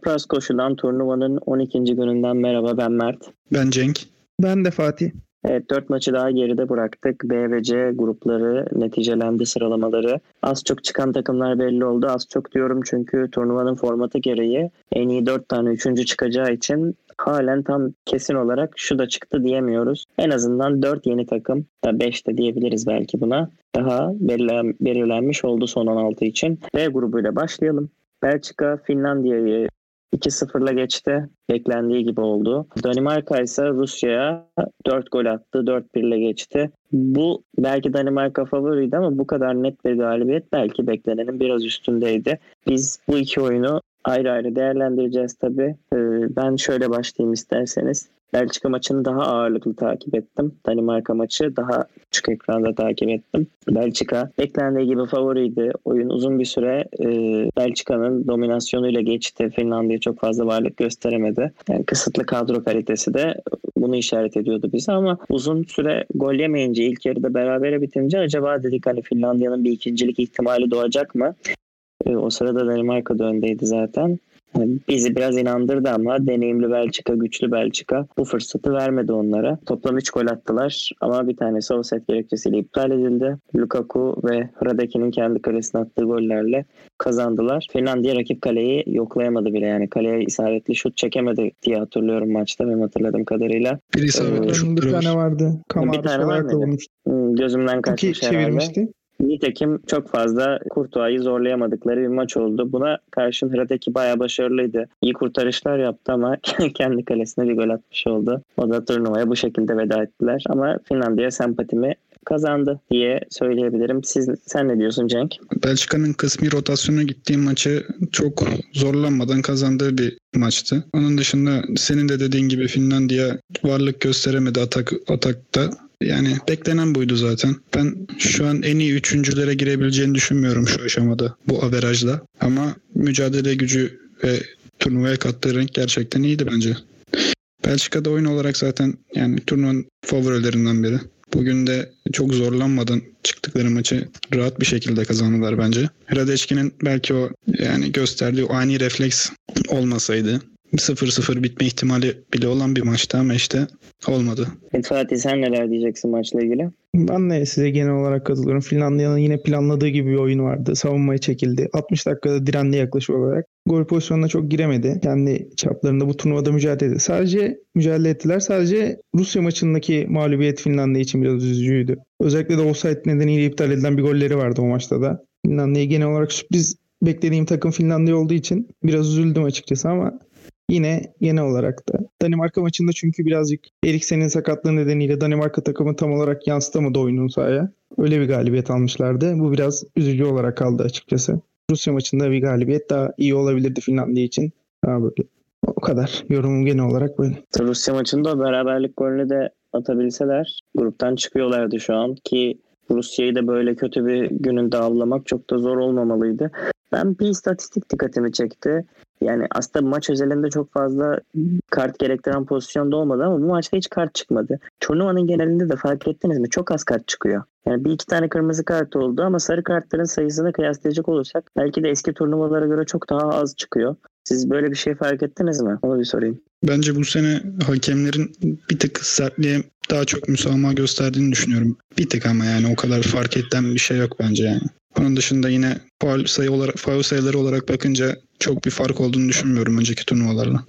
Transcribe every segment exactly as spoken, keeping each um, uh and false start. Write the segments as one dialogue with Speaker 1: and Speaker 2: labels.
Speaker 1: Süper Koşu'dan turnuvanın on ikinci gününden merhaba, ben Mert.
Speaker 2: Ben Cenk.
Speaker 3: Ben de Fatih.
Speaker 1: Evet, dört maçı daha geride bıraktık. B ve C grupları neticelendi, sıralamaları. Az çok çıkan takımlar belli oldu. Az çok diyorum çünkü turnuvanın formatı gereği en iyi dört tane üçüncü çıkacağı için halen tam kesin olarak şu da çıktı diyemiyoruz. En azından dört yeni takım, da beş de diyebiliriz belki buna, daha belirlen, belirlenmiş oldu son on altı için. B grubuyla başlayalım. Belçika Finlandiya'yı iki sıfırla geçti. Beklendiği gibi oldu. Danimarka ise Rusya'ya dört gol attı. dört bir ile geçti. Bu belki Danimarka favoriydi ama bu kadar net bir galibiyet belki beklenenin biraz üstündeydi. Biz bu iki oyunu ayrı ayrı değerlendireceğiz tabii. Ee, ben şöyle başlayayım isterseniz. Belçika maçını daha ağırlıklı takip ettim. Danimarka maçı daha küçük ekranda takip ettim. Belçika beklendiği gibi favoriydi. Oyun uzun bir süre e, Belçika'nın dominasyonuyla geçti. Finlandiya çok fazla varlık gösteremedi. Yani kısıtlı kadro kalitesi de bunu işaret ediyordu bize ama uzun süre gol yemeyince, ilk yarıda berabere bitince acaba dedik hani Finlandiya'nın bir ikincilik ihtimali doğacak mı? E, o sırada Danimarka da öndeydi zaten. Bizi biraz inandırdı ama deneyimli Belçika, güçlü Belçika bu fırsatı vermedi onlara. Toplam üç gol attılar ama bir tanesi offside gerekçesiyle iptal edildi. Lukaku ve Hradeki'nin kendi kalesine attığı gollerle kazandılar. Finlandiya rakip kaleyi yoklayamadı bile, yani kaleye isabetli şut çekemedi diye hatırlıyorum maçta, benim hatırladığım kadarıyla.
Speaker 2: Bir isabetli
Speaker 3: Ee,
Speaker 2: şut
Speaker 3: bir tane vardı.
Speaker 1: Bir tane var mıydı? Gözümden kaçmış herhalde.
Speaker 3: Çevirmişti.
Speaker 1: Nitekim çok fazla Courtois'u zorlayamadıkları bir maç oldu. Buna karşın Hradeki bayağı başarılıydı. İyi kurtarışlar yaptı ama kendi kalesine bir gol atmış oldu. O da turnuvaya bu şekilde veda ettiler. Ama Finlandiya sempatimi kazandı diye söyleyebilirim. Siz, sen ne diyorsun Cenk?
Speaker 2: Belçika'nın kısmi rotasyona gittiği maçı çok zorlanmadan kazandığı bir maçtı. Onun dışında senin de dediğin gibi Finlandiya varlık gösteremedi atak atakta. Yani beklenen buydu zaten. Ben şu an en iyi üçüncülere girebileceğini düşünmüyorum şu aşamada bu averajla. Ama mücadele gücü ve turnuvaya kattığı renk gerçekten iyiydi bence. Belçika'da oyun olarak zaten yani turnuvanın favorilerinden biri. Bugün de çok zorlanmadan çıktıkları maçı rahat bir şekilde kazandılar bence. Hradeki'nin belki o yani gösterdiği o ani refleks olmasaydı sıfır sıfır bitme ihtimali bile olan bir maçtı ama işte olmadı.
Speaker 1: Evet, Fatih sen neler diyeceksin maçla ilgili?
Speaker 3: Ben de size genel olarak katılıyorum. Finlandiya'nın yine planladığı gibi bir oyun vardı. Savunmaya çekildi. altmış dakikada direndi yaklaşık olarak. Gol pozisyonuna çok giremedi. Kendi çaplarında bu turnuvada mücadele etti. Sadece mücadele ettiler. Sadece Rusya maçındaki mağlubiyet Finlandiya için biraz üzücüydü. Özellikle de offside nedeniyle iptal edilen bir golleri vardı o maçta da. Finlandiya genel olarak sürpriz beklediğim takım Finlandiya olduğu için biraz üzüldüm açıkçası ama yine genel olarak da Danimarka maçında çünkü birazcık Eriksen'in sakatlığı nedeniyle Danimarka takımı tam olarak yansıtamadı oyunun sahaya. Öyle bir galibiyet almışlardı. Bu biraz üzücü olarak kaldı açıkçası. Rusya maçında bir galibiyet daha iyi olabilirdi Finlandiya için. Daha böyle. O kadar. Yorumum genel olarak böyle.
Speaker 1: Rusya maçında o beraberlik golünü de atabilseler gruptan çıkıyorlardı şu an ki Rusya'yı da böyle kötü bir gününde avlamak çok da zor olmamalıydı. Ben bir istatistik dikkatimi çekti. Yani aslında maç özelinde çok fazla kart gerektiren pozisyonda olmadı ama bu maçta hiç kart çıkmadı. Turnuvanın genelinde de fark ettiniz mi? Çok az kart çıkıyor. Yani bir iki tane kırmızı kart oldu ama sarı kartların sayısını kıyaslayacak olursak belki de eski turnuvalara göre çok daha az çıkıyor. Siz böyle bir şey fark ettiniz mi? Onu bir sorayım.
Speaker 2: Bence bu sene hakemlerin bir tık sertliğe daha çok müsamaha gösterdiğini düşünüyorum. Bir tık ama yani o kadar fark eden bir şey yok bence yani. Onun dışında yine faul sayı olarak faul sayıları olarak bakınca çok bir fark olduğunu düşünmüyorum önceki turnuvalarla.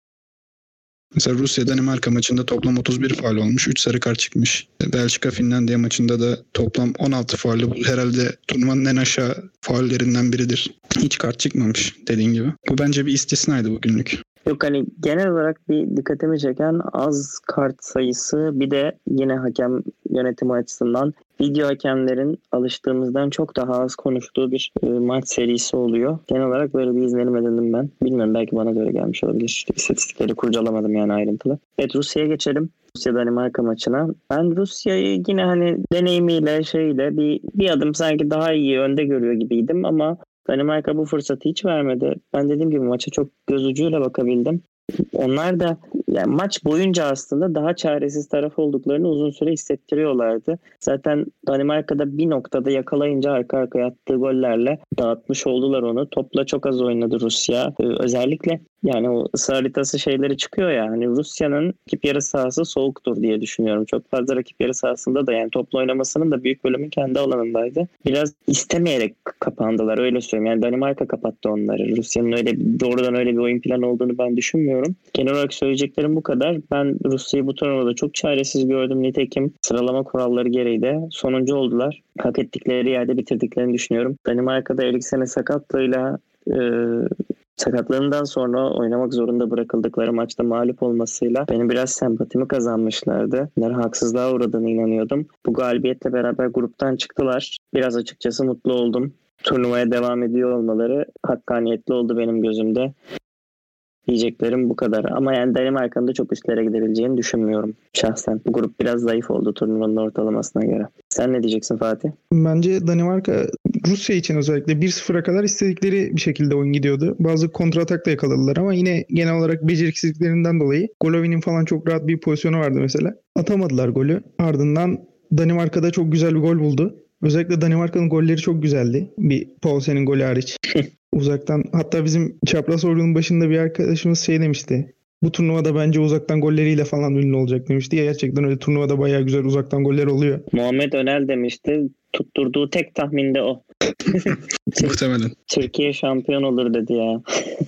Speaker 2: Mesela Rusya Danimarka maçında toplam otuz bir faul olmuş, üç sarı kart çıkmış. Belçika Finlandiya maçında da toplam on altı faul. Bu herhalde turnuvanın en aşağı faullerinden biridir. Hiç kart çıkmamış dediğin gibi. Bu bence bir istisnaydı bugünlük.
Speaker 1: Yok hani genel olarak bir dikkatimi çeken az kart sayısı, bir de yine hakem yönetimi açısından video hakemlerin alıştığımızdan çok daha az konuştuğu bir e, maç serisi oluyor. Genel olarak böyle bir izlenim edindim ben. Bilmiyorum, belki bana göre gelmiş olabilir. İstatistikleri kurcalamadım yani ayrıntılı. Evet, Rusya'ya geçelim. Rusya Danimarka maçına. Ben Rusya'yı yine hani deneyimiyle şeyle bir, bir adım sanki daha iyi önde görüyor gibiydim ama Danimarka bu fırsatı hiç vermedi. Ben dediğim gibi maça çok göz ucuyla bakabildim. Onlar da yani maç boyunca aslında daha çaresiz taraf olduklarını uzun süre hissettiriyorlardı. Zaten Danimarka'da bir noktada yakalayınca arka arkaya attığı gollerle dağıtmış oldular onu. Topla çok az oynadı Rusya. Ee, özellikle Yani o ısı haritası şeyleri çıkıyor ya, hani Rusya'nın rakip yarı sahası soğuktur diye düşünüyorum. Çok fazla rakip yarı sahasında da, yani toplu oynamasının da büyük bölümü kendi alanındaydı. Biraz istemeyerek kapandılar, öyle söyleyeyim. Yani Danimarka kapattı onları. Rusya'nın öyle doğrudan öyle bir oyun planı olduğunu ben düşünmüyorum. Genel olarak söyleyeceklerim bu kadar. Ben Rusya'yı bu turnuvada çok çaresiz gördüm. Nitekim sıralama kuralları gereği de sonuncu oldular. Hak ettikleri yerde bitirdiklerini düşünüyorum. Danimarka'da Eriksen'in sakatlığıyla e, sakatlığından sonra oynamak zorunda bırakıldıkları maçta mağlup olmasıyla benim biraz sempatimi kazanmışlardı. Bunlar haksızlığa uğradığını inanıyordum. Bu galibiyetle beraber gruptan çıktılar. Biraz açıkçası mutlu oldum. Turnuvaya devam ediyor olmaları hakkaniyetli oldu benim gözümde. Diyeceklerim bu kadar. Ama yani Danimarka'nın da çok üstlere gidebileceğini düşünmüyorum şahsen. Bu grup biraz zayıf oldu turnuvanın ortalamasına göre. Sen ne diyeceksin Fatih?
Speaker 3: Bence Danimarka Rusya için özellikle bir sıfıra kadar istedikleri bir şekilde oyun gidiyordu. Bazı kontratak da yakaladılar ama yine genel olarak beceriksizliklerinden dolayı Golovin'in falan çok rahat bir pozisyonu vardı mesela. Atamadılar golü. Ardından Danimarka'da çok güzel bir gol buldu. Özellikle Danimarka'nın golleri çok güzeldi. Bir Poulsen'in golü hariç. Uzaktan, hatta bizim çapraz oyunun başında bir arkadaşımız şey demişti. Bu turnuvada bence uzaktan golleriyle falan ünlü olacak demişti. Ya gerçekten öyle, turnuvada bayağı güzel uzaktan goller oluyor.
Speaker 1: Muhammed Önel demişti. Tutturduğu tek tahminde o.
Speaker 2: Muhtemelen.
Speaker 1: Türkiye şampiyon olur dedi ya.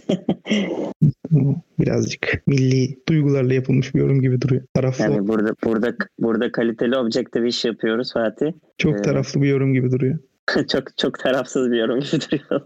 Speaker 3: Birazcık milli duygularla yapılmış bir yorum gibi duruyor. Taraflı.
Speaker 1: Yani burada burada burada kaliteli objektif iş yapıyoruz Fatih.
Speaker 3: Çok
Speaker 1: ee,
Speaker 3: taraflı bir yorum gibi duruyor.
Speaker 1: çok çok tarafsız bir yorum gibi duruyor.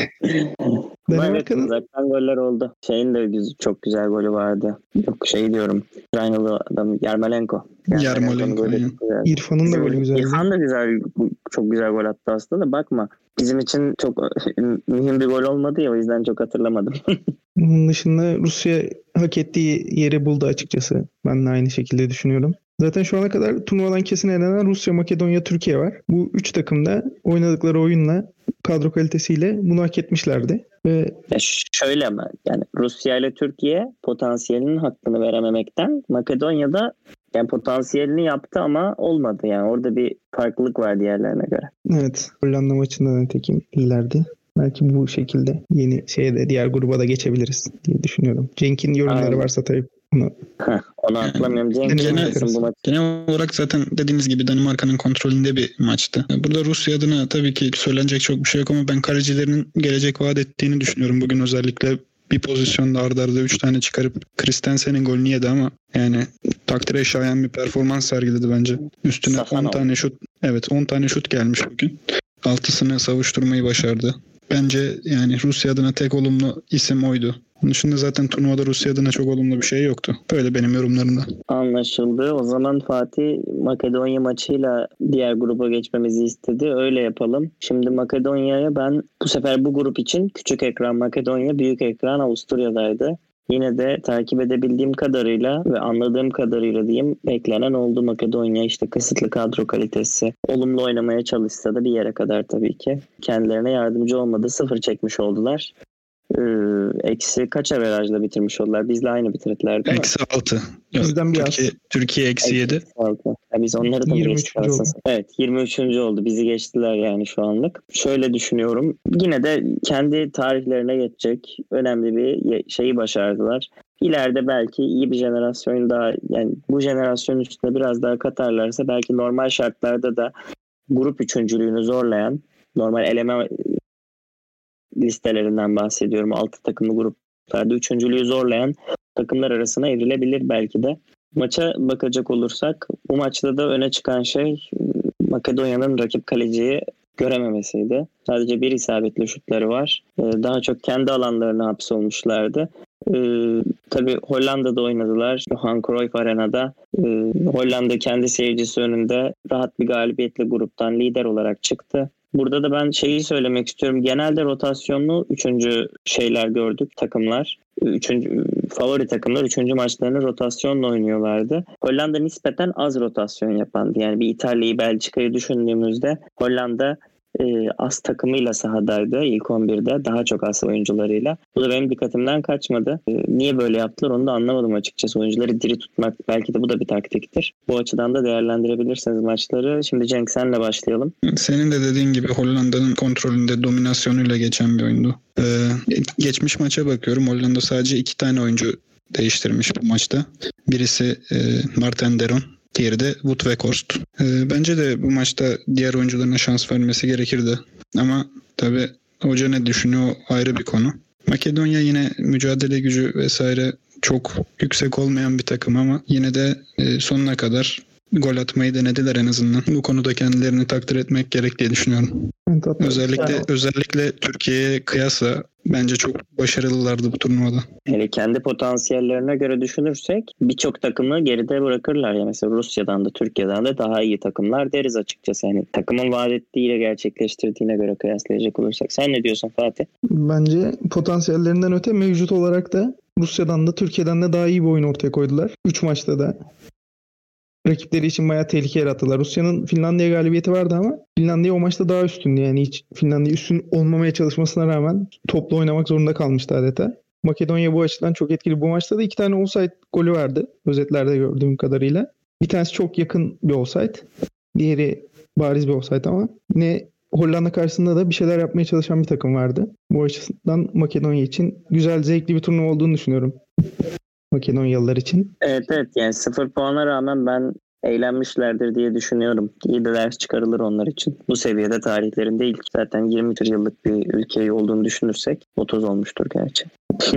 Speaker 3: Danimarka'nın
Speaker 1: evet, uzaktan goller oldu. Şeyin de güz- çok güzel golü vardı. Yok şey diyorum. Ukraynalı adam Yarmolenko.
Speaker 2: Yarmolenko.
Speaker 3: İrfan'ın da golü güzeldi.
Speaker 1: İrfan da güzel, çok güzel gol attı aslında da bakma. Bizim için çok mühim bir gol olmadı ya, o yüzden çok hatırlamadım.
Speaker 3: Bunun dışında Rusya hak ettiği yeri buldu açıkçası. Ben de aynı şekilde düşünüyorum. Zaten şu ana kadar turnuvadan kesin elenen Rusya, Makedonya, Türkiye var. Bu üç takım da oynadıkları oyunla, kadro kalitesiyle bunu hak etmişlerdi. Ve
Speaker 1: ya şöyle ama yani Rusya ile Türkiye potansiyelinin hakkını verememekten, Makedonya'da yani potansiyelini yaptı ama olmadı. Yani orada bir farklılık var diğerlerine göre.
Speaker 3: evet, Hollanda maçında da nitekim iyilerdi. Belki bu şekilde yeni şeye de, diğer gruba da geçebiliriz diye düşünüyorum. Cenk'in yorumları
Speaker 1: Aynen.
Speaker 3: varsa tabii bunu.
Speaker 1: Heh, onu atlamıyorum. Cenk,
Speaker 2: genel,
Speaker 1: bu maç.
Speaker 2: genel olarak zaten dediğimiz gibi Danimarka'nın kontrolünde bir maçtı. Burada Rusya adına tabii ki söylenecek çok bir şey yok ama ben kalecilerinin gelecek vaat ettiğini düşünüyorum. Bugün özellikle bir pozisyonda arda arda üç tane çıkarıp Christensen'in golünü yedi ama yani takdire şayan bir performans sergiledi bence. Üstüne
Speaker 1: Safan
Speaker 2: on tane şut, evet on tane şut gelmiş bugün. Altısını savuşturmayı başardı. Bence yani Rusya adına tek olumlu isim oydu. Onun dışında zaten turnuvada Rusya adına çok olumlu bir şey yoktu. Böyle benim yorumlarımda.
Speaker 1: Anlaşıldı. O zaman Fatih Makedonya maçıyla diğer gruba geçmemizi istedi. Öyle yapalım. Şimdi Makedonya'ya ben bu sefer bu grup için küçük ekran Makedonya, büyük ekran Avusturya'daydı. Yine de takip edebildiğim kadarıyla ve anladığım kadarıyla diyeyim, beklenen oldu. Makedonya işte kısıtlı kadro kalitesi, olumlu oynamaya çalışsa da bir yere kadar tabii ki kendilerine yardımcı olmadı. Sıfır çekmiş oldular. Ee, eksi kaç averajla bitirmiş oldular? Bizle aynı bitirdiler değil mi?
Speaker 2: Eksi altı.
Speaker 3: Bizden bir
Speaker 2: Türkiye,
Speaker 3: az.
Speaker 2: Türkiye eksi yedi.
Speaker 1: Yani biz onları da mı geçtik aslında? Evet, yirmi üçüncü oldu. Bizi geçtiler yani şu anlık. Şöyle düşünüyorum. Yine de kendi tarihlerine geçecek önemli bir şeyi başardılar. İleride belki iyi bir jenerasyon daha, yani bu jenerasyon üstüne biraz daha katarlarsa belki normal şartlarda da grup üçüncülüğünü zorlayan, normal eleme listelerinden bahsediyorum. altı takımlı gruplarda üçüncülüğü zorlayan takımlar arasına evrilebilir belki de. Maça bakacak olursak bu maçta da öne çıkan şey Makedonya'nın rakip kaleciyi görememesiydi. Sadece bir isabetli şutları var. Daha çok kendi alanlarına hapsolmuşlardı. Ee, tabii Hollanda'da oynadılar. Johan Cruyff Arena'da. Ee, Hollanda kendi seyircisi önünde rahat bir galibiyetle gruptan lider olarak çıktı. Burada da ben şeyi söylemek istiyorum. Genelde rotasyonlu üçüncü şeyler gördük takımlar. Üçüncü, favori takımlar üçüncü maçlarını rotasyonla oynuyorlardı. Hollanda nispeten az rotasyon yapandı. Yani bir İtalya'yı, Belçika'yı düşündüğümüzde Hollanda e, az takımıyla sahadaydı ilk on birde. Daha çok az oyuncularıyla. Bu da benim dikkatimden kaçmadı. E, niye böyle yaptılar onu da anlamadım açıkçası. Oyuncuları diri tutmak belki de bu da bir taktiktir. Bu açıdan da değerlendirebilirsiniz maçları. Şimdi Cenk senle başlayalım.
Speaker 2: Senin de dediğin gibi Hollanda'nın kontrolünde, dominasyonuyla geçen bir oyundu. Ee, geçmiş maça bakıyorum. Hollanda sadece iki tane oyuncu değiştirmiş bu maçta. Birisi e, Marten Deron, diğeri de Wout Weghorst. E, bence de bu maçta diğer oyuncularına şans vermesi gerekirdi. Ama tabii hoca ne düşünüyor ayrı bir konu. Makedonya yine mücadele gücü vesaire çok yüksek olmayan bir takım ama yine de e, sonuna kadar gol atmayı denediler en azından. Bu konuda kendilerini takdir etmek gerek diye düşünüyorum.
Speaker 3: Evet,
Speaker 2: Özellikle
Speaker 3: yani,
Speaker 2: özellikle Türkiye'ye kıyasla bence çok başarılılardı bu turnuvada.
Speaker 1: Yani kendi potansiyellerine göre düşünürsek birçok takımı geride bırakırlar. Ya mesela Rusya'dan da Türkiye'den de daha iyi takımlar deriz açıkçası. Yani takımın vaat ettiğiyle gerçekleştirdiğine göre kıyaslayacak olursak. Sen ne diyorsun Fatih?
Speaker 3: bence potansiyellerinden öte mevcut olarak da Rusya'dan da Türkiye'den de daha iyi bir oyun ortaya koydular. üç maçta da rakipleri için bayağı tehlike yarattılar. Rusya'nın Finlandiya galibiyeti vardı ama Finlandiya o maçta daha üstündü. Yani hiç Finlandiya üstün olmamaya çalışmasına rağmen toplu oynamak zorunda kalmıştı adeta. Makedonya bu açıdan çok etkili. Bu maçta da iki tane offside golü vardı. Özetlerde gördüğüm kadarıyla. Bir tanesi çok yakın bir offside. Diğeri bariz bir offside ama yine Hollanda karşısında da bir şeyler yapmaya çalışan bir takım vardı. Bu açıdan Makedonya için güzel, zevkli bir turnuva olduğunu düşünüyorum. Makedonyalılar için.
Speaker 1: Evet evet yani sıfır puana rağmen ben eğlenmişlerdir diye düşünüyorum. İyi de ders çıkarılır onlar için. Bu seviyede tarihlerinde ilk zaten yirmi yıllık bir ülke olduğunu düşünürsek otuz olmuştur gerçi.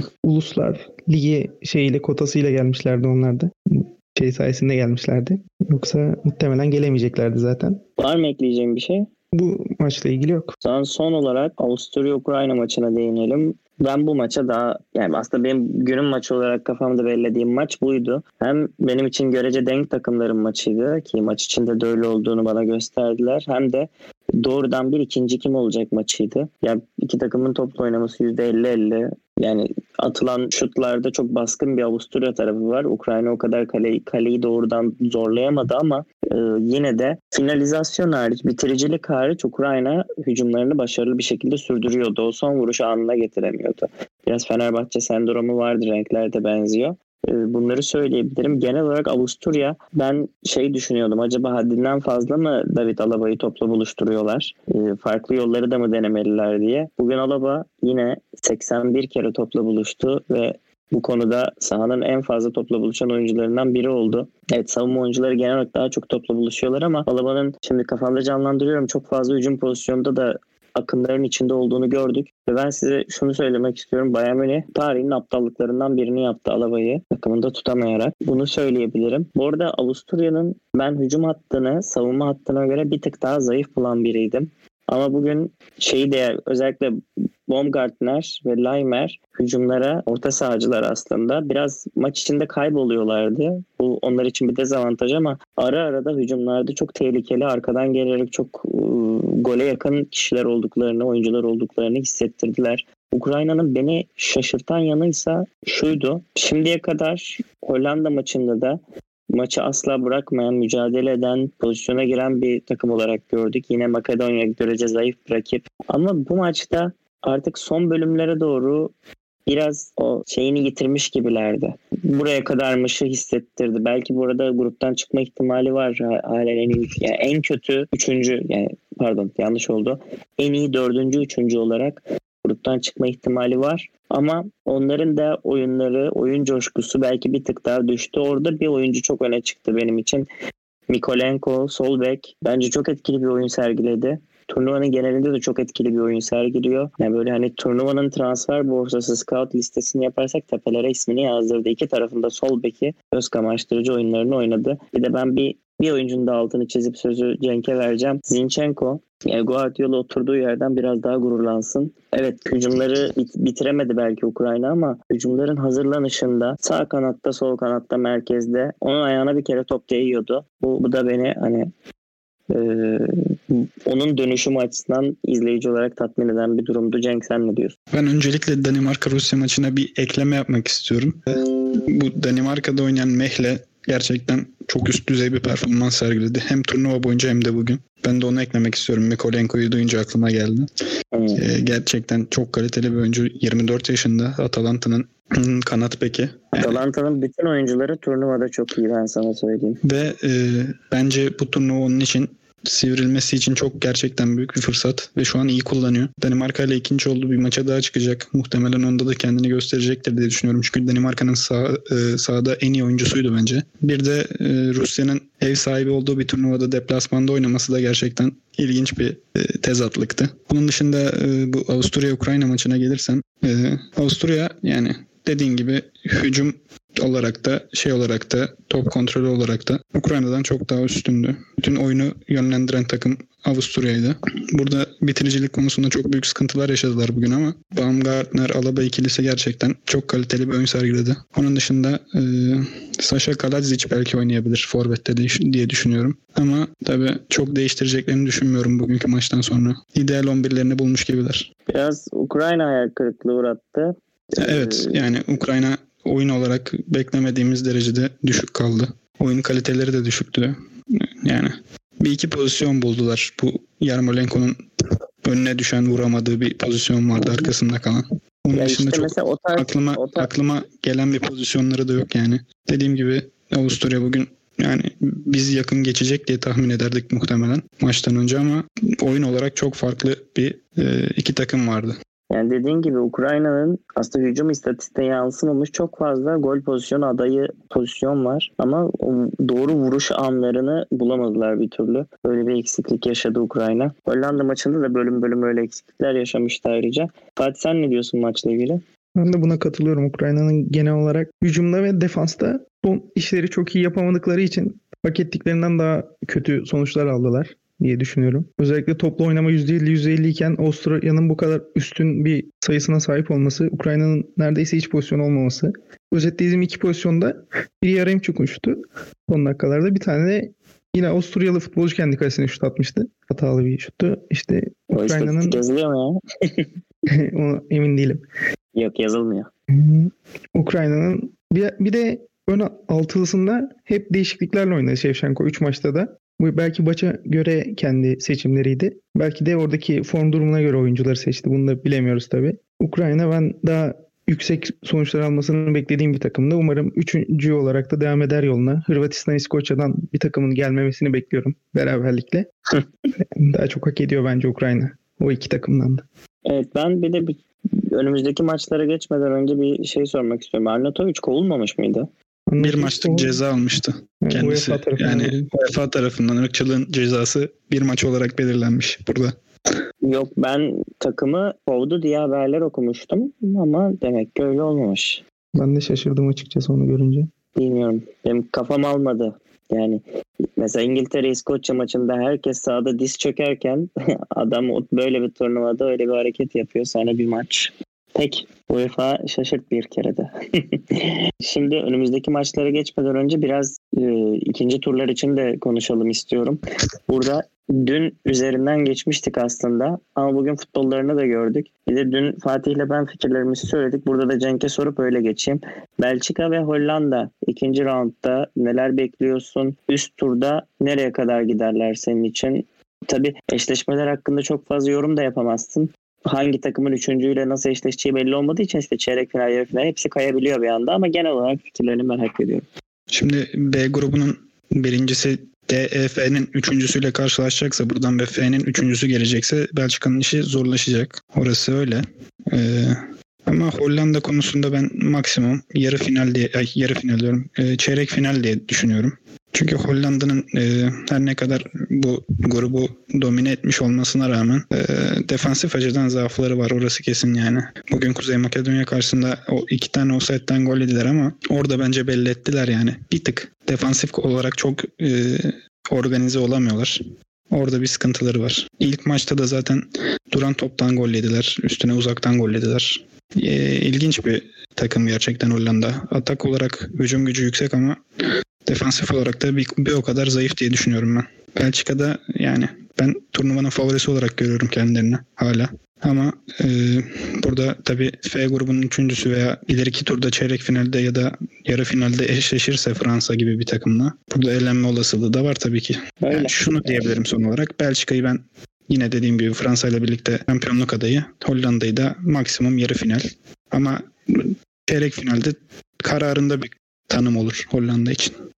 Speaker 3: Uluslar Ligi şeyiyle kotasıyla gelmişlerdi onlar da. Şey sayesinde gelmişlerdi. Yoksa muhtemelen gelemeyeceklerdi zaten.
Speaker 1: Var mı ekleyeceğim bir şey?
Speaker 3: Bu maçla ilgili yok.
Speaker 1: Son, son olarak Avusturya-Ukrayna maçına değinelim. Ben bu maça daha yani aslında benim günün maçı olarak kafamda belirlediğim maç buydu. Hem benim için görece denk takımların maçıydı ki maç içinde de öyle olduğunu bana gösterdiler. Hem de doğrudan bir ikinci kim olacak maçıydı. Yani iki takımın toplu oynaması yüzde elli elli. Yani atılan şutlarda çok baskın bir Avusturya tarafı var. Ukrayna o kadar kaleyi, kaleyi doğrudan zorlayamadı ama e, yine de finalizasyon hariç, bitiricilik hariç Ukrayna hücumlarını başarılı bir şekilde sürdürüyordu. O son vuruşu anına getiremiyordu. Biraz Fenerbahçe sendromu vardı, renklerde benziyor. Bunları söyleyebilirim. Genel olarak Avusturya, ben şey düşünüyordum, acaba haddinden fazla mı David Alaba'yı topla buluşturuyorlar? Farklı yolları da mı denemeliler diye. Bugün Alaba yine seksen bir kere topla buluştu ve bu konuda sahanın en fazla topla buluşan oyuncularından biri oldu. Evet, savunma oyuncuları genel olarak daha çok topla buluşuyorlar ama Alaba'nın, şimdi kafamda canlandırıyorum, çok fazla hücum pozisyonunda da akınların içinde olduğunu gördük. Ve ben size şunu söylemek istiyorum. Bayern Münih tarihin aptallıklarından birini yaptı, Alaba'yı takımında tutamayarak. Bunu söyleyebilirim. Bu arada Avusturya'nın ben hücum hattını savunma hattına göre bir tık daha zayıf bulan biriydim. Ama bugün şeyi de, özellikle Baumgartner ve Laimer hücumlara orta sahacılar aslında. Biraz maç içinde kayboluyorlardı. Bu onlar için bir dezavantaj ama ara ara da hücumlarda çok tehlikeli, arkadan gelerek çok ıı, gole yakın kişiler olduklarını, oyuncular olduklarını hissettirdiler. Ukrayna'nın beni şaşırtan yanıysa şuydu. Şimdiye kadar Hollanda maçında da maçı asla bırakmayan, mücadele eden, pozisyona giren bir takım olarak gördük. Yine Makedonya görece zayıf bir rakip. Ama bu maçta artık son bölümlere doğru biraz o şeyini yitirmiş gibilerdi. Buraya kadarmışı hissettirdi. Belki bu arada gruptan çıkma ihtimali var. Halen en iyi, yani en kötü üçüncü, yani pardon yanlış oldu. En iyi dördüncü, üçüncü olarak gruptan çıkma ihtimali var. Ama onların da oyunları, oyun coşkusu belki bir tık daha düştü. Orada bir oyuncu çok öne çıktı benim için. Mikolenko, sol bek. Bence çok etkili bir oyun sergiledi. Turnuvanın genelinde de çok etkili bir oyun sergiliyor. Yani böyle hani turnuvanın transfer borsası scout listesini yaparsak tepelere ismini yazdırdı. İki tarafında sol beki göz kamaştırıcı oyunlarını oynadı. Bir de ben bir bir oyuncunun da altını çizip sözü Cenk'e vereceğim. Zinchenko, yani Guardiola oturduğu yerden biraz daha gururlansın. Evet, hücumları bit- bitiremedi belki Ukrayna ama hücumların hazırlanışında sağ kanatta, sol kanatta, merkezde onun ayağına bir kere top değiyordu. Bu, bu da beni hani e, onun dönüşüm açısından izleyici olarak tatmin eden bir durumdu. Cenk, sen ne diyorsun?
Speaker 2: Ben öncelikle Danimarka-Rusya maçına bir ekleme yapmak istiyorum. Bu Danimarka'da oynayan Mehle gerçekten çok üst düzey bir performans sergiledi. Hem turnuva boyunca hem de bugün. Ben de onu eklemek istiyorum. Mikolenko'yu duyunca aklıma geldi. Hmm. Ee, gerçekten çok kaliteli bir oyuncu. yirmi dört yaşında. Atalanta'nın kanat beki. Yani,
Speaker 1: Atalanta'nın bütün oyuncuları turnuvada çok iyi, ben sana söyleyeyim.
Speaker 2: Ve e, bence bu turnuva onun için sivrilmesi için çok gerçekten büyük bir fırsat ve şu an iyi kullanıyor. Danimarka ile ikinci olduğu bir maça daha çıkacak. Muhtemelen onda da kendini gösterecektir diye düşünüyorum. Çünkü Danimarka'nın sağ, e, sahada en iyi oyuncusuydu bence. Bir de e, Rusya'nın ev sahibi olduğu bir turnuvada deplasmanda oynaması da gerçekten ilginç bir e, tezatlıktı. Bunun dışında e, bu Avusturya-Ukrayna maçına gelirsem e, Avusturya yani dediğin gibi hücum olarak da şey olarak da top kontrolü olarak da Ukrayna'dan çok daha üstündü. Bütün oyunu yönlendiren takım Avusturya'ydı. Burada bitiricilik konusunda çok büyük sıkıntılar yaşadılar bugün ama Baumgartner Alaba ikilisi gerçekten çok kaliteli bir oyun sergiledi. Onun dışında e, Sasha Kaladzic belki oynayabilir forvette diye düşünüyorum. Ama tabii çok değiştireceklerini düşünmüyorum bugünkü maçtan sonra. İdeal on birlerini bulmuş gibiler.
Speaker 1: Biraz Ukrayna hayal kırıklığı uğrattı.
Speaker 2: Evet yani Ukrayna oyun olarak beklemediğimiz derecede düşük kaldı. Oyun kaliteleri de düşüktü. Yani bir iki pozisyon buldular. Bu Yarmolenko'nun önüne düşen vuramadığı bir pozisyon vardı arkasında kalan. Onun
Speaker 1: ya
Speaker 2: dışında
Speaker 1: işte
Speaker 2: çok
Speaker 1: o tarz,
Speaker 2: aklıma
Speaker 1: o tarz...
Speaker 2: aklıma gelen bir pozisyonları da yok yani. Dediğim gibi Avusturya bugün yani biz yakın geçecek diye tahmin ederdik muhtemelen maçtan önce ama oyun olarak çok farklı bir e, iki takım vardı.
Speaker 1: Yani dediğin gibi Ukrayna'nın aslında hücum istatistiğine yansımamış çok fazla gol pozisyonu adayı pozisyon var. Ama o doğru vuruş anlarını bulamadılar bir türlü. Böyle bir eksiklik yaşadı Ukrayna. Hollanda maçında da bölüm bölüm öyle eksiklikler yaşamıştı ayrıca. Fatih sen ne diyorsun maçla ilgili?
Speaker 3: Ben de buna katılıyorum. Ukrayna'nın genel olarak hücumda ve defansta son işleri çok iyi yapamadıkları için hak ettiklerinden daha kötü sonuçlar aldılar diye düşünüyorum. Özellikle toplu oynama yüzde elli yüzde elli iken Avusturya'nın bu kadar üstün bir sayısına sahip olması, Ukrayna'nın neredeyse hiç pozisyon olmaması. Özetlediğim iki pozisyonda biri Yaremchuk uçtu son dakikalarda. Bir tane de yine Avusturyalı futbolcu kendi kalesine şut atmıştı. Hatalı bir şuttu. İşte
Speaker 1: o
Speaker 3: Ukrayna'nın...
Speaker 1: yazılıyor mu ya?
Speaker 3: Ona emin değilim.
Speaker 1: Yok yazılmıyor.
Speaker 3: Ukrayna'nın bir, bir de ön altılısında hep değişikliklerle oynadı Shevchenko üç maçta da. Bu belki maça göre kendi seçimleriydi. Belki de oradaki form durumuna göre oyuncuları seçti. Bunu da bilemiyoruz tabii. Ukrayna ben daha yüksek sonuçlar almasını beklediğim bir takımda. Umarım üçüncü olarak da devam eder yoluna. Hırvatistan, İskoçya'dan bir takımın gelmemesini bekliyorum beraberlikle. Daha çok hak ediyor bence Ukrayna. O iki takımdan da.
Speaker 1: Evet ben bir de bir, önümüzdeki maçlara geçmeden önce bir şey sormak istiyorum. Arnautovic kovulmamış mıydı?
Speaker 2: Bir maçlık o... ceza almıştı kendisi. UEFA yani verildi. UEFA tarafından ırkçılığın cezası bir maç olarak belirlenmiş burada.
Speaker 1: Yok ben takımı kovdu diye haberler okumuştum ama demek ki öyle olmamış.
Speaker 3: Ben de şaşırdım açıkçası onu görünce.
Speaker 1: Bilmiyorum. Benim kafam almadı. Yani mesela İngiltere-İskoçya maçında herkes sahada diz çökerken adam böyle bir turnuvada öyle bir hareket yapıyor. Sonra bir maç. Peki. UEFA şaşırt bir kere de. Şimdi önümüzdeki maçlara geçmeden önce biraz e, ikinci turlar için de konuşalım istiyorum. Burada dün üzerinden geçmiştik aslında ama bugün futbollarını da gördük. Bir de dün Fatih'le ben fikirlerimizi söyledik. Burada da Cenk'e sorup öyle geçeyim. Belçika ve Hollanda ikinci roundda neler bekliyorsun? Üst turda nereye kadar giderler senin için? Tabii eşleşmeler hakkında çok fazla yorum da yapamazsın. Hangi takımın üçüncüyle nasıl eşleşeceği belli olmadığı için işte çeyrek final, yarı final hepsi kayabiliyor bir anda ama genel olarak fikirlerini merak ediyorum.
Speaker 2: Şimdi B grubunun birincisi D E F'nin üçüncüsüyle karşılaşacaksa buradan B F'nin üçüncüsü gelecekse Belçika'nın işi zorlaşacak. Orası öyle. Ee, ama Hollanda konusunda ben maksimum yarı final diye, ay, yarı final diyorum, e, çeyrek final diye düşünüyorum. Çünkü Hollanda'nın e, her ne kadar bu grubu domine etmiş olmasına rağmen e, defansif açıdan zaafları var. Orası kesin yani. Bugün Kuzey Makedonya karşısında o iki tane offside'den gol yediler ama orada bence belli ettiler yani. Bir tık defansif olarak çok e, organize olamıyorlar. Orada bir sıkıntıları var. İlk maçta da zaten duran toptan gol yediler. Üstüne uzaktan gol yediler. E, ilginç bir takım gerçekten Hollanda. Atak olarak hücum gücü yüksek ama defansif olarak da bir, bir o kadar zayıf diye düşünüyorum ben. Belçika'da yani ben turnuvanın favorisi olarak görüyorum kendilerini hala. Ama e, burada tabii F grubunun üçüncüsü veya ileriki turda çeyrek finalde ya da yarı finalde eşleşirse Fransa gibi bir takımla burada elenme olasılığı da var tabii ki. Yani şunu diyebilirim son olarak. Belçika'yı ben yine dediğim gibi Fransa ile birlikte şampiyonluk adayı, Hollanda'yı da maksimum yarı final. Ama çeyrek finalde kararında bir tanım olur Hollanda için.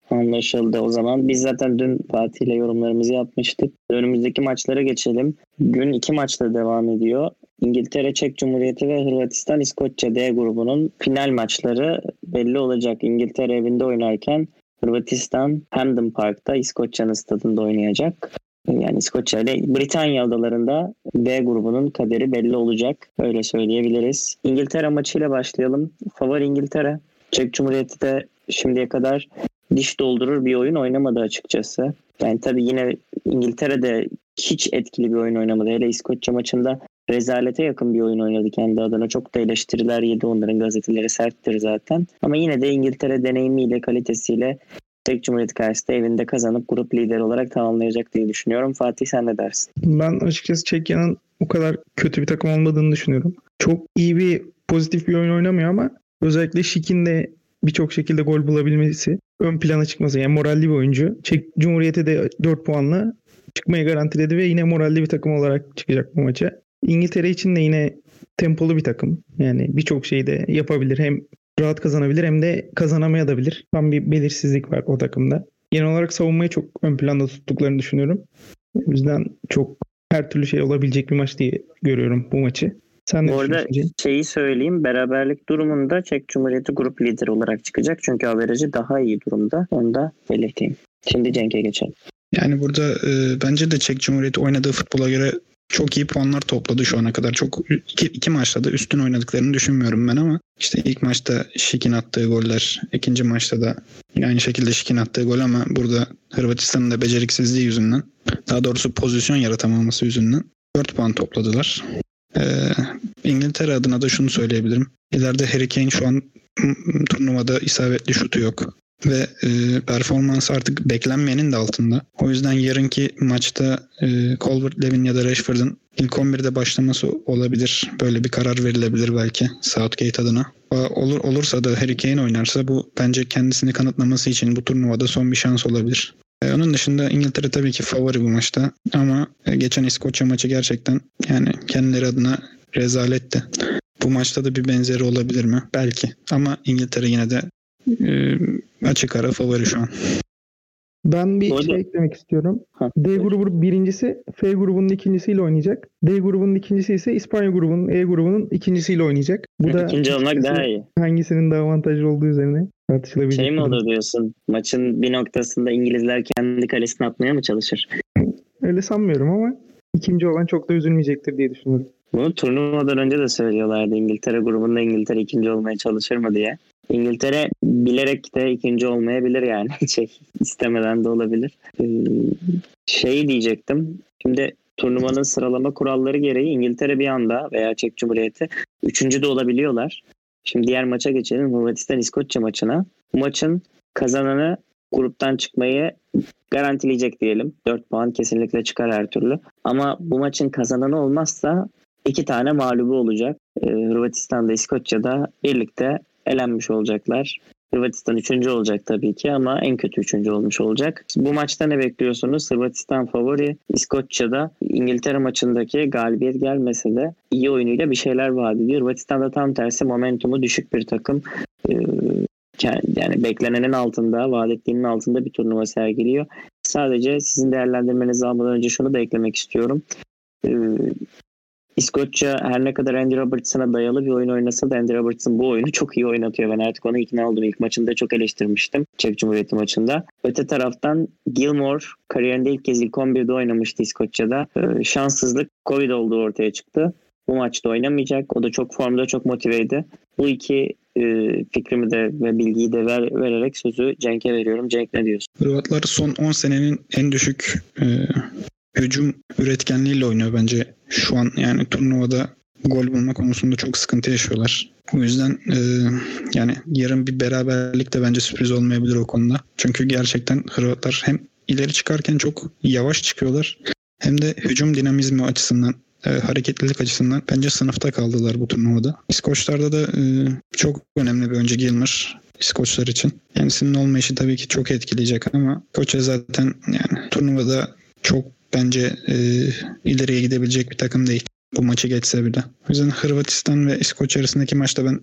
Speaker 1: Anlaşıldı o zaman. Biz zaten dün Fatih ile yorumlarımızı yapmıştık. Önümüzdeki maçlara geçelim. Gün iki maçla devam ediyor. İngiltere, Çek Cumhuriyeti ve Hırvatistan, İskoçya D grubunun final maçları belli olacak. İngiltere evinde oynarken Hırvatistan Hampden Park'ta İskoçya'nın stadında oynayacak. Yani İskoçya ile Britanya adalarında D grubunun kaderi belli olacak. Öyle söyleyebiliriz. İngiltere maçıyla başlayalım. Favori İngiltere. Çek Cumhuriyeti de şimdiye kadar diş doldurur bir oyun oynamadı açıkçası. Yani tabii yine İngiltere'de hiç etkili bir oyun oynamadı. Hele İskoçya maçında rezalete yakın bir oyun oynadı kendi adına. Çok da eleştiriler yedi, onların gazeteleri serttir zaten. Ama yine de İngiltere deneyimiyle, kalitesiyle Çek Cumhuriyeti karşısında evinde kazanıp grup lideri olarak tamamlayacak diye düşünüyorum. Fatih, sen ne dersin?
Speaker 3: Ben açıkçası Çekya'nın o kadar kötü bir takım olmadığını düşünüyorum. Çok iyi bir pozitif bir oyun oynamıyor ama özellikle Şik'in de birçok şekilde gol bulabilmesi, ön plana çıkması, yani moralli bir oyuncu. Çek Cumhuriyeti de dört puanla çıkmayı garantiledi ve yine moralli bir takım olarak çıkacak bu maça. İngiltere için de yine tempolu bir takım. Yani birçok şeyi de yapabilir. Hem rahat kazanabilir hem de kazanamayabilir. Tam bir belirsizlik var o takımda. Genel olarak savunmayı çok ön planda tuttuklarını düşünüyorum. O yüzden çok her türlü şey olabilecek bir maç diye görüyorum bu maçı. Sen ne
Speaker 1: Bu arada
Speaker 3: düşünüyorsun?
Speaker 1: şeyi söyleyeyim. Beraberlik durumunda Çek Cumhuriyeti grup lideri olarak çıkacak. Çünkü averajı daha iyi durumda. Onu da belirteyim. Şimdi Cenk'e geçelim.
Speaker 2: Yani burada e, bence de Çek Cumhuriyeti oynadığı futbola göre çok iyi puanlar topladı şu ana kadar. Çok iki, iki maçta da üstün oynadıklarını düşünmüyorum ben ama işte ilk maçta Şik'in attığı goller, ikinci maçta da aynı şekilde Şik'in attığı gol ama burada Hırvatistan'ın da beceriksizliği yüzünden, daha doğrusu pozisyon yaratamaması yüzünden dört puan topladılar. Ee, İngiltere adına da şunu söyleyebilirim. İleride Harry Kane şu an turnuvada isabetli şutu yok. Ve e, performans artık beklenmeyenin de altında. O yüzden yarınki maçta e, Calvert-Lewin ya da Rashford'un ilk on birde başlaması olabilir. Böyle bir karar verilebilir belki Southgate adına. Olur olursa da Harry Kane oynarsa bu bence kendisini kanıtlaması için bu turnuvada son bir şans olabilir. E, onun dışında İngiltere tabii ki favori bu maçta. Ama e, geçen İskoçya maçı gerçekten yani kendileri adına rezaletti. Bu maçta da bir benzeri olabilir mi? Belki. Ama İngiltere yine de e, açık ara favori şu an.
Speaker 3: Ben bir
Speaker 1: Orada...
Speaker 3: şey eklemek istiyorum.
Speaker 1: Ha,
Speaker 3: D grubu birincisi F grubunun ikincisiyle oynayacak. D grubunun ikincisi ise İspanya grubunun E grubunun ikincisiyle oynayacak. Bu da
Speaker 1: İkinci olmak daha iyi.
Speaker 3: Hangisinin daha avantajlı olduğu üzerine tartışılabilecek.
Speaker 1: Şey mi olur diyorsun? Maçın bir noktasında İngilizler kendi kalesine atmaya mı çalışır?
Speaker 3: Öyle sanmıyorum ama ikinci olan çok da üzülmeyecektir diye düşünüyorum.
Speaker 1: Bunu turnuvadan önce de söylüyorlardı. İngiltere grubunda İngiltere ikinci olmaya çalışır mı diye. İngiltere bilerek de ikinci olmayabilir yani. Şey, istemeden de olabilir. Ee, şey diyecektim. Şimdi turnuvanın sıralama kuralları gereği İngiltere bir anda veya Çek Cumhuriyeti üçüncü de olabiliyorlar. Şimdi diğer maça geçelim. Hırvatistan-İskoçya maçına. Bu maçın kazananı gruptan çıkmayı garantileyecek diyelim. dört puan kesinlikle çıkar her türlü. Ama bu maçın kazananı olmazsa iki tane mağlubu olacak. Ee, Hırvatistan'da, İskoçya'da birlikte elenmiş olacaklar. Hırvatistan üçüncü olacak tabii ki ama en kötü üçüncü olmuş olacak. Bu maçta ne bekliyorsunuz? Hırvatistan favori. İskoçya'da İngiltere maçındaki galibiyet gelmese de iyi oyunuyla bir şeyler vaat ediyor. Hırvatistan'da tam tersi momentumu düşük bir takım. Ee, yani beklenenin altında, vaat ettiğinin altında bir turnuva sergiliyor. Sadece sizin değerlendirmenizi almadan önce şunu da eklemek istiyorum. Ee, İskoçya her ne kadar Andy Robertson'a dayalı bir oyun oynasa da Andy Robertson bu oyunu çok iyi oynatıyor. Ben artık ona ikna oldum. İlk maçında çok eleştirmiştim. Çek Cumhuriyeti maçında. Öte taraftan Gilmore kariyerinde ilk kez ilk on birde oynamıştı İskoçya'da. Ee, şanssızlık Covid olduğu ortaya çıktı. Bu maçta oynamayacak. O da çok formda, çok motiveydi. Bu iki e, fikrimi de ve bilgiyi de ver, vererek sözü Cenk'e veriyorum. Cenk, ne diyorsun?
Speaker 2: Hırvatlar son on senenin en düşük e, hücum üretkenliğiyle oynuyor bence. Şu an yani turnuvada gol bulma konusunda çok sıkıntı yaşıyorlar. O yüzden e, yani yarın bir beraberlik de bence sürpriz olmayabilir o konuda. Çünkü gerçekten Hırvatlar hem ileri çıkarken çok yavaş çıkıyorlar hem de hücum dinamizmi açısından, e, hareketlilik açısından bence sınıfta kaldılar bu turnuvada. İskoçlarda da e, çok önemli bir oyuncu Gilmer İskoçlar için. Kendisinin olmayışı tabii ki çok etkileyecek ama Koçya zaten yani turnuvada çok bence e, ileriye gidebilecek bir takım değil. Bu maçı geçse bile. O yüzden Hırvatistan ve İskoçya arasındaki maçta ben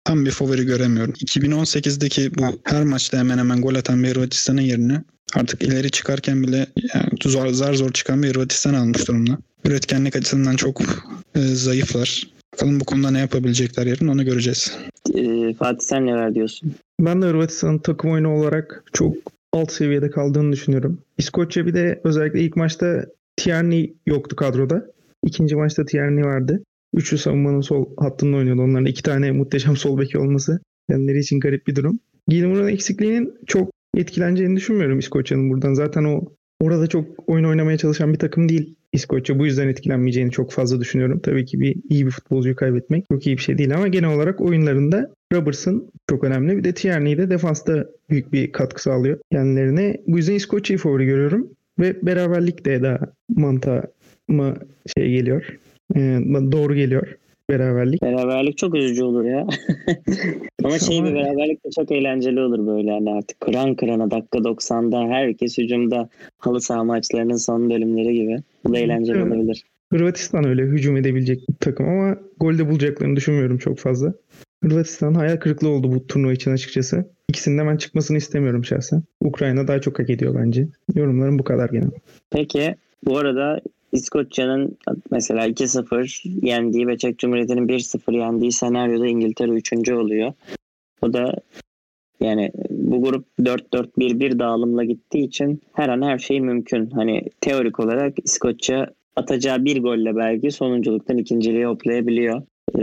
Speaker 2: tam bir favori göremiyorum. iki bin on sekizdeki bu her maçta hemen hemen gol atan bir Hırvatistan'ın yerine artık ileri çıkarken bile yani zor, zar zor çıkan bir Hırvatistan almış durumda. Üretkenlik açısından çok e, zayıflar. Bakalım bu konuda ne yapabilecekler yarın, onu göreceğiz.
Speaker 1: Ee, Fatih sen neler diyorsun?
Speaker 3: Ben de Hırvatistan'ın takım oyunu olarak çok alt seviyede kaldığını düşünüyorum. İskoçya bir de özellikle ilk maçta Tierney yoktu kadroda. İkinci maçta Tierney vardı. Üçlü savunmanın sol hattında oynuyordu. Onların iki tane muhteşem sol beki olması kendileri için garip bir durum. Gilmour'un eksikliğinin çok etkileneceğini düşünmüyorum İskoçya'nın buradan. Zaten o orada çok oyun oynamaya çalışan bir takım değil İskoçya. Bu yüzden etkilenmeyeceğini çok fazla düşünüyorum. Tabii ki bir iyi bir futbolcuyu kaybetmek çok iyi bir şey değil ama genel olarak oyunlarında Robertson çok önemli. Bir de Tierney de defansta büyük bir katkı sağlıyor kendilerine. Bu yüzden İskoçya'yı favori görüyorum. Ve beraberlik de daha mantığıma şey geliyor. Ee, doğru geliyor beraberlik.
Speaker 1: Beraberlik çok üzücü olur ya. Ama şey bir beraberlik de çok eğlenceli olur böyle hani artık kıran kırana dakika doksanda herkes hücumda, halı saha maçlarının son bölümleri gibi. Bu da eğlenceli evet. olabilir.
Speaker 3: Hırvatistan öyle hücum edebilecek bir takım ama golde bulacaklarını düşünmüyorum çok fazla. Hırvatistan hayal kırıklığı oldu bu turnuva için açıkçası. İkisinin hemen çıkmasını istemiyorum şahsen. Ukrayna daha çok hak ediyor bence. Yorumlarım bu kadar genel.
Speaker 1: Peki bu arada İskoçya'nın mesela iki sıfır yendiği ve Çek Cumhuriyeti'nin bir sıfır yendiği senaryoda İngiltere üçüncü oluyor. O da yani bu grup dört dört bir bir dağılımla gittiği için her an her şey mümkün. Hani teorik olarak İskoçya atacağı bir golle belki sonunculuktan ikinciliğe hoplayabiliyor.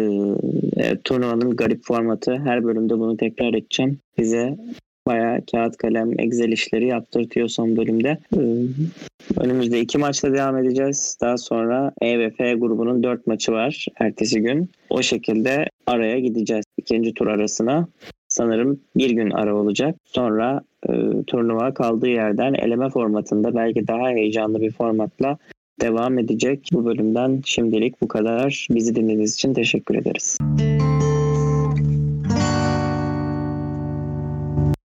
Speaker 1: Ee, turnuvanın garip formatı, her bölümde bunu tekrar edeceğim. Bize bayağı kağıt kalem Excel işleri yaptırtıyor son bölümde. Ee, önümüzde iki maçla devam edeceğiz. Daha sonra E ve F grubunun dört maçı var ertesi gün. O şekilde araya gideceğiz. İkinci tur arasına sanırım bir gün ara olacak. Sonra e, turnuva kaldığı yerden eleme formatında belki daha heyecanlı bir formatla devam edecek. Bu bölümden şimdilik bu kadar. Bizi dinlediğiniz için teşekkür ederiz.